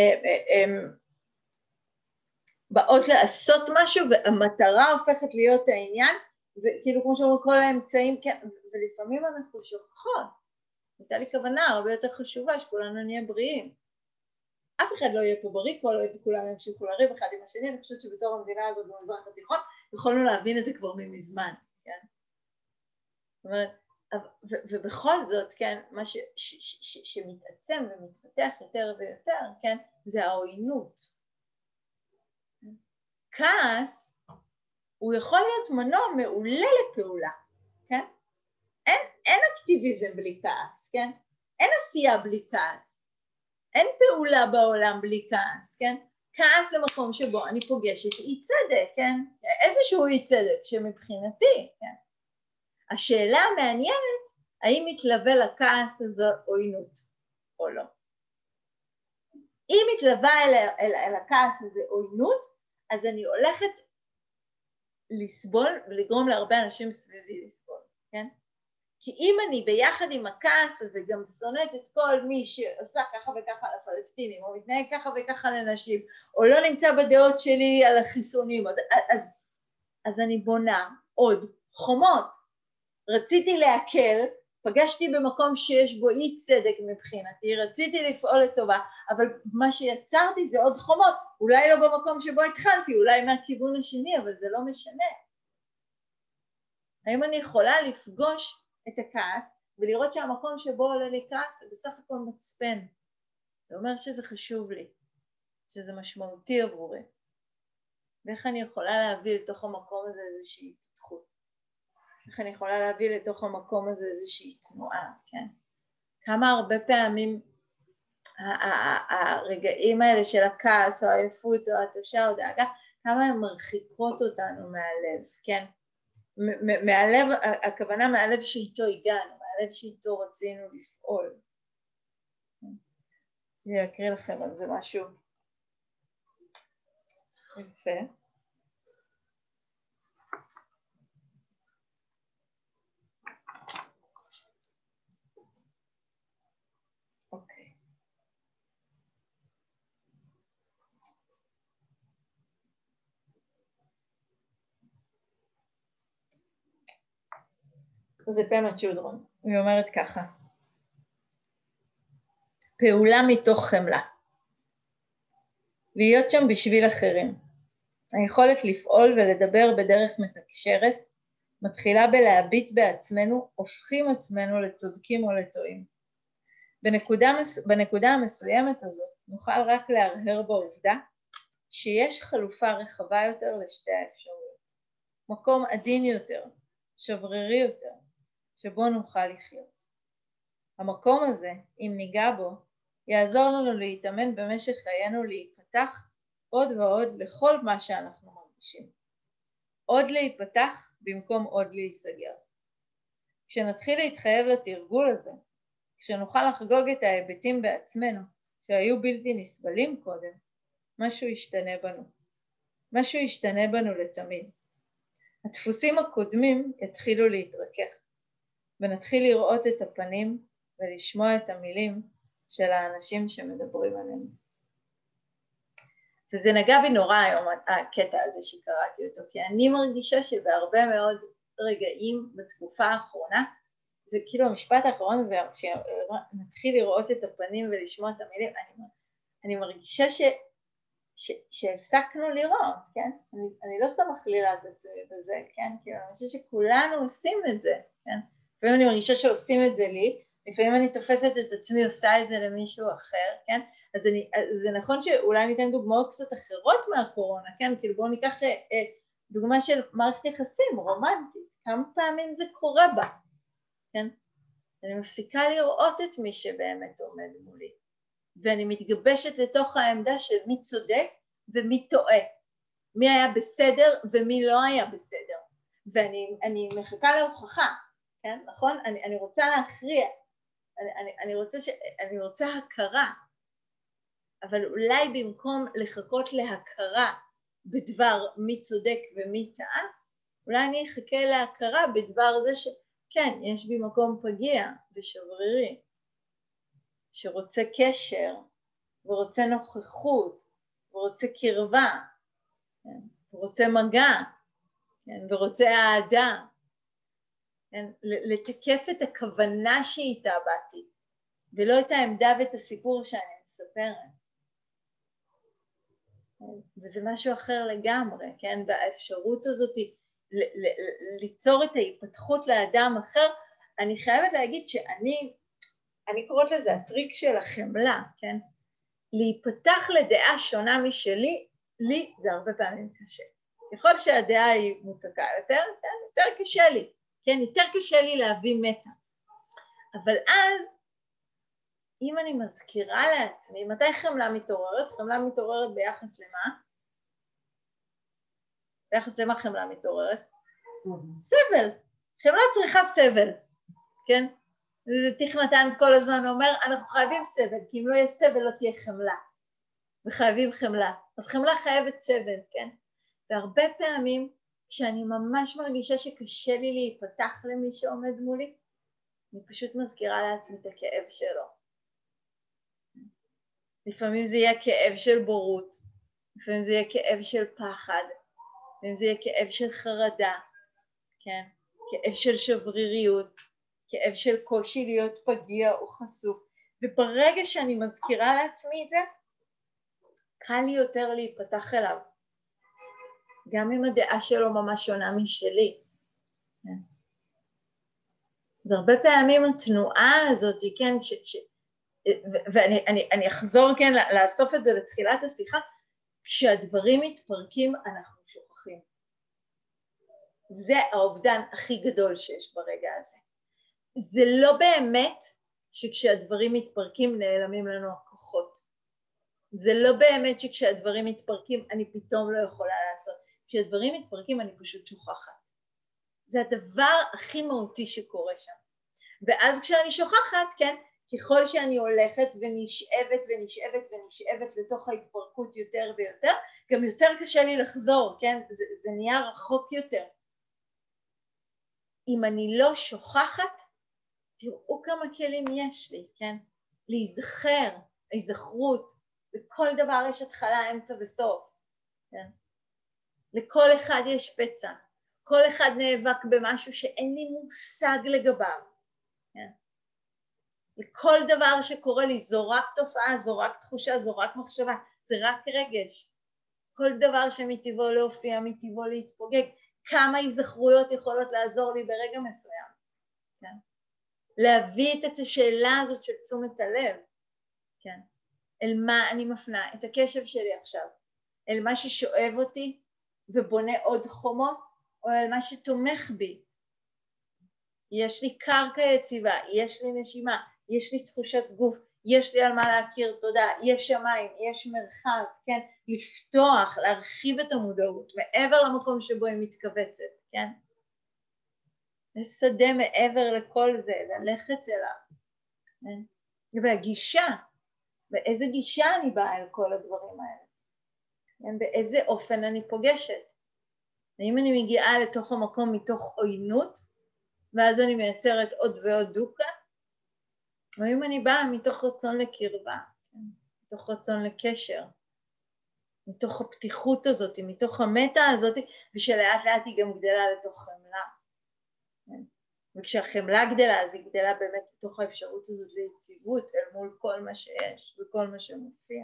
באות לעשות משהו והמטרה הופכת להיות העניין, וכאילו כמו שאומרים כל האמצעים, כן, ולפעמים אנחנו שוכחות. הייתה לי כוונה הרבה יותר חשובה שכולנו נהיה בריאים. אף אחד לא יהיה פה בריא, כולם ימשיכו לריב אחד עם השני, אני חושבת שבתור המדינה הזאת במזרח התיכון, יכולנו להבין את זה כבר מזמן, כן? זאת אומרת, ובכל זאת, כן, מה שמתעצם ומתפתח יותר ויותר, כן, זה העוינות. כעס, הוא יכול להיות מנוע מעולה לפעולה, כן? אין אקטיביזם בלי כעס, כן? אין עשייה בלי כעס, אין פעולה בעולם בלי כעס, כן? כעס למקום שבו אני פוגשת אי צדק, כן? איזשהו אי צדק שמבחינתי, כן? השאלה המעניינת, האם מתלווה לכעס הזה עוינות או לא. אם מתלווה אל הכעס הזה עוינות, אז אני הולכת לסבול ולגרום להרבה אנשים סביבי לסבול, כן? כי אם אני ביחד עם הכעס הזה גם שונאת את כל מי שעושה ככה וככה לפלסטינים, או מתנהג ככה וככה לנשים, או לא נמצא בדעות שלי על החיסונים, אז אני בונה עוד חומות. רציתי להקל, פגשתי במקום שיש בו אי צדק מבחינתי, רציתי לפעול לטובה, אבל מה שיצרתי זה עוד חומות, אולי לא במקום שבו התחלתי, אולי מהכיוון השני, אבל זה לא משנה. האם אני יכולה לפגוש את הכעס ולראות שהמקום שבו עולה לי כעס זה בסך הכל מצפן. זה אומר שזה חשוב לי, שזה משמעותי עבורי. ואיך אני יכולה להביא לתוך המקום הזה איזושהי התפתחות? איך אני יכולה להביא לתוך המקום הזה איזושהי תנועה, כן? כמה הרבה פעמים הרגעים האלה של הכעס או העייפות או התשה או דאגה, כמה הן מרחיקות אותנו מהלב, כן? מהלב, הכוונה מהלב שאיתו הגענו, מהלב שאיתו רצינו לפעול. אני אקריא לכם על זה משהו יפה. אוקיי. זה פמה צ'ודרון, היא אומרת ככה: פעולה מתוך חמלה, להיות שם בשביל אחרים, היכולת לפעול ולדבר בדרך מתקשרת, מתחילה בלהביט בעצמנו, הופכים עצמנו לצודקים או לטועים. בנקודה המסוימת הזאת נוכל רק להרהר בעובדה שיש חלופה רחבה יותר לשתי האפשרויות, מקום עדין יותר, שברירי יותר, שבו נוכל לחיות. המקום הזה, אם ניגע בו, יעזור לנו להתאמן במשך חיינו להיפתח עוד ועוד לכל מה שאנחנו מרגישים. עוד להיפתח במקום עוד להיסגר. כשנתחיל להתחייב לתרגול הזה, כשנוכל לחגוג את ההיבטים בעצמנו שהיו בלתי נסבלים קודם, משהו ישתנה בנו. משהו ישתנה בנו לתמיד. הדפוסים הקודמים יתחילו להתרכך, ונתחיל לראות את הפנים ולשמוע את המילים של האנשים שמדברים עלינו. וזה נגע בי נורא היום, הקטע הזה שקראתי אותו, כי אני מרגישה שבהרבה מאוד רגעים בתקופה האחרונה, זה כאילו המשפט האחרון הזה, שנתחיל לראות את הפנים ולשמוע את המילים, אני מרגישה שהפסקנו לראות, כן? אני לא סתם מכלילה את זה בזה, כן? כאילו אני חושבת שכולנו עושים את זה, כן? לפעמים אני מרגישה שעושים את זה לי, לפעמים אני תופסת את עצמי עושה את זה למישהו אחר, כן? אז זה נכון שאולי ניתן דוגמאות קצת אחרות מהקורונה, כן? כאילו בואו ניקח דוגמה של מערכת יחסים רומנטית, כמה פעמים זה קורה בה, כן? אני מפסיקה לראות את מי שבאמת עומד מולי, ואני מתגבשת לתוך העמדה של מי צודק ומי טועה, מי היה בסדר ומי לא היה בסדר, ואני מחכה להוכחה, כן? נכון? אני רוצה להכריע, אני רוצה הכרה, אבל אולי במקום לחכות להכרה בדבר מי צודק ומי טעה, אולי אני אחכה להכרה בדבר זה שכן, יש בי מקום פגיע ושברירי, שרוצה קשר ורוצה נוכחות ורוצה קרבה, כן? ורוצה מגע, כן? ורוצה אהדה, כן? לתקף את הכוונה שאיתה באתי, ולא את העמדה ואת הסיפור שאני מספרת. וזה משהו אחר לגמרי, כן? והאפשרות הזאת ליצור את ההיפתחות לאדם אחר, אני חייבת להגיד שאני קוראת לזה הטריק של החמלה, כן? להיפתח לדעה שונה משלי, לי זה הרבה פעמים קשה. ככל שהדעה היא מוצקה יותר, כן? יותר קשה לי, כן? יותר קשה לי להביא מטה. אבל אז אם אני מזכירה לעצמי, מתי חמלה מתעוררת? חמלה מתעוררת ביחס למה? ביחס למה חמלה מתעוררת? סבל. חמלה צריכה סבל, כן? תיך נתן כל הזמן אומר, אנחנו חייבים סבל, כי אם לא יהיה סבל לא תהיה חמלה. וחייבים חמלה. אז חמלה חייבת סבל, כן? והרבה פעמים כשאני ממש מרגישה שקשה לי להיפתח למי שעומד מולי, אני פשוט מזכירה לעצמי את הכאב שלו. לפעמים זה יהיה כאב של בורות, לפעמים זה יהיה כאב של פחד, לפעמים זה יהיה כאב של חרדה, כן? כאב של שבריריות, כאב של קושי להיות פגיע או חשוף. וברגע שאני מזכירה לעצמי את זה, קל לי יותר להיפתח אליו. גם אם הדעה שלו ממש שונה משלי. אז הרבה פעמים התנועה הזאת, כן, ואני אחזור כן לאסוף את זה לתחילת השיחה, כשהדברים מתפרקים אנחנו שוכחים. זה האובדן הכי גדול שיש ברגע הזה. זה לא באמת שכשהדברים מתפרקים נעלמים לנו הכוחות. זה לא באמת שכשהדברים מתפרקים אני פתאום לא יכולה לעשות. כשהדברים מתפרקים אני פשוט שוכחת. זה הדבר הכי מהותי שקורה שם. ואז כשאני שוכחת, כן, ככל שאני הולכת ונשאבת ונשאבת ונשאבת לתוך ההתפרקות יותר ויותר, גם יותר קשה לי לחזור, כן, זה נהיה רחוק יותר. אם אני לא שוכחת, תראו כמה כלים יש לי, כן, להיזכר, ההיזכרות, לכל דבר יש התחלה, אמצע וסוף, כן, לכל אחד יש פצע, כל אחד נאבק במשהו שאין לי מושג לגביו, כן? לכל דבר שקורה לי זו רק תופעה, זו רק תחושה, זו רק מחשבה, זה רק רגש. כל דבר שמטבעו להופיע, מטבעו להתפוגג, כמה היזכרויות יכולות לעזור לי ברגע מסוים, כן? להביא את השאלה הזאת של תשומת הלב, כן? אל מה אני מפנה את הקשב שלי עכשיו, אל מה ששואב אותי ובונה עוד חומות, או אל מה שתומך בי. יש לי קרקע יציבה, יש לי נשימה, יש לי תחושת גוף, יש לי על מה להכיר תודה, יש שמיים, יש מרחב, כן? לפתוח, להרחיב את המודעות מעבר למקום שבו היא מתכווצת, כן? יש שדה מעבר לכל זה, ללכת אליו, כן? והגישה, באיזה גישה אני באה אל כל הדברים האלה, כן? באיזה אופן אני פוגשת. ואם אני מגיעה לתוך המקום מתוך עוינות, ואז אני מייצרת עוד ועוד דוקה, או אם אני באה מתוך רצון לקרבה, כן? מתוך רצון לקשר, מתוך הפתיחות הזאת, מתוך המטה הזאת, ושלאט לאט היא גם גדלה לתוך חמלה. כן? וכשהחמלה גדלה, אז היא גדלה באמת לתוך האפשרות הזאת ליציבות אל מול כל מה שיש וכל מה שמופיע.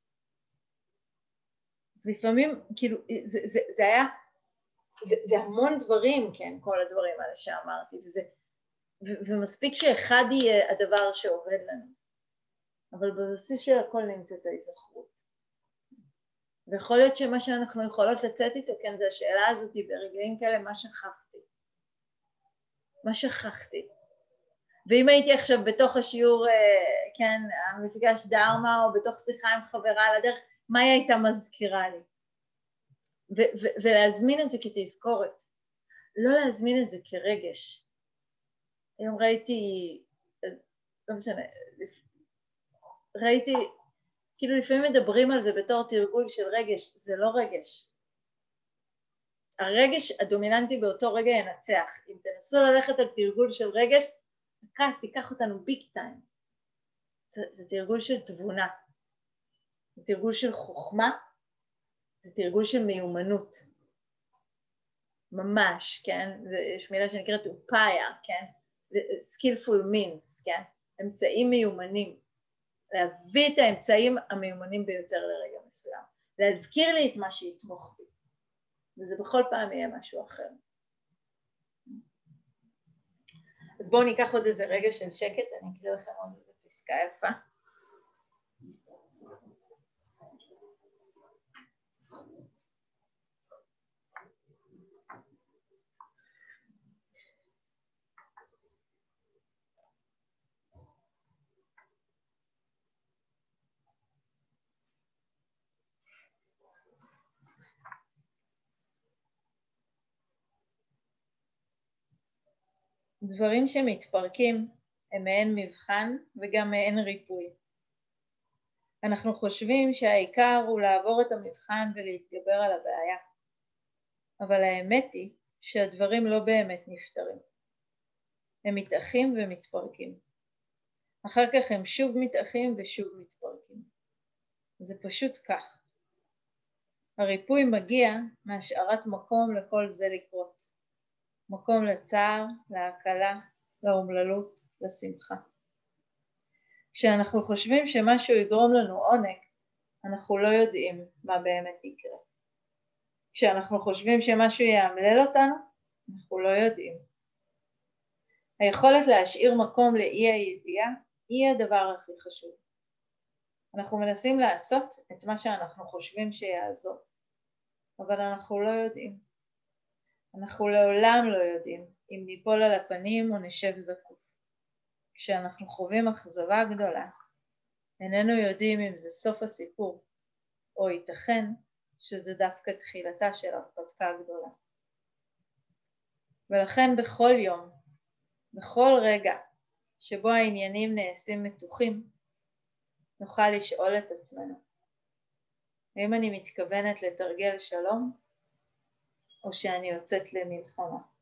אז לפעמים, כאילו, זה היה, זה המון דברים, כן, כל הדברים האלה שאמרתי, ומספיק שאחד יהיה הדבר שעובד לנו. אבל בבסיס של הכל נמצאת ההיזכרות. ויכול להיות שמה שאנחנו יכולות לצאת איתו, כן, זה השאלה הזאת ברגעים כאלה, מה שכחתי? מה שכחתי? ואם הייתי עכשיו בתוך השיעור, כן, המפגש דרמה, או בתוך שיחה עם חברה על הדרך, מה היא הייתה מזכירה לי? ולהזמין את זה כתזכורת. לא להזמין את זה כרגש. היום ראיתי, לא משנה, ראיתי, כאילו לפעמים מדברים על זה בתור תרגול של רגש, זה לא רגש. הרגש הדומיננטי באותו רגע ינצח. אם תנסו ללכת על תרגול של רגש, הכעס ייקח אותנו ביג טיים. זה תרגול של תבונה, זה תרגול של חוכמה, זה תרגול של מיומנות. ממש, כן? יש מילה שנקראת אופאיה, כן? skillful means, כן? אמצעים מיומנים. להביא את האמצעים המיומנים ביותר לרגע מסוים. להזכיר לי את מה שיתמוך בי. וזה בכל פעם יהיה משהו אחר. אז בואו ניקח עוד איזה רגע של שקט, אני אקריא לכם עוד איזה פסקה יפה. דברים שמתפרקים הם מעין מבחן וגם מעין ריפוי. אנחנו חושבים שהעיקר הוא לעבור את המבחן ולהתגבר על הבעיה. אבל האמת היא שהדברים לא באמת נפתרים. הם מתאחים ומתפרקים. אחר כך הם שוב מתאחים ושוב מתפרקים. זה פשוט כך. הריפוי מגיע מהשארת מקום לכל זה לקרות. מקום לצער, להקלה, לאומללות, לשמחה. כשאנחנו חושבים שמשהו יגרום לנו עונג, אנחנו לא יודעים מה באמת יקרה. כשאנחנו חושבים שמשהו יאמלל אותנו, אנחנו לא יודעים. היכולת להשאיר מקום לאי הידיעה היא הדבר הכי חשוב. אנחנו מנסים לעשות את מה שאנחנו חושבים שיעזור, אבל אנחנו לא יודעים. אנחנו לעולם לא יודעים אם ניפול על הפנים או נשב זקוף. כשאנחנו חווים אכזבה גדולה, איננו יודעים אם זה סוף הסיפור, או ייתכן שזה דווקא תחילתה של הרפתקה גדולה. ולכן בכל יום, בכל רגע שבו העניינים נעשים מתוחים, נוכל לשאול את עצמנו, האם אני מתכוונת לתרגל שלום, או שאני יוצאת למלחמה?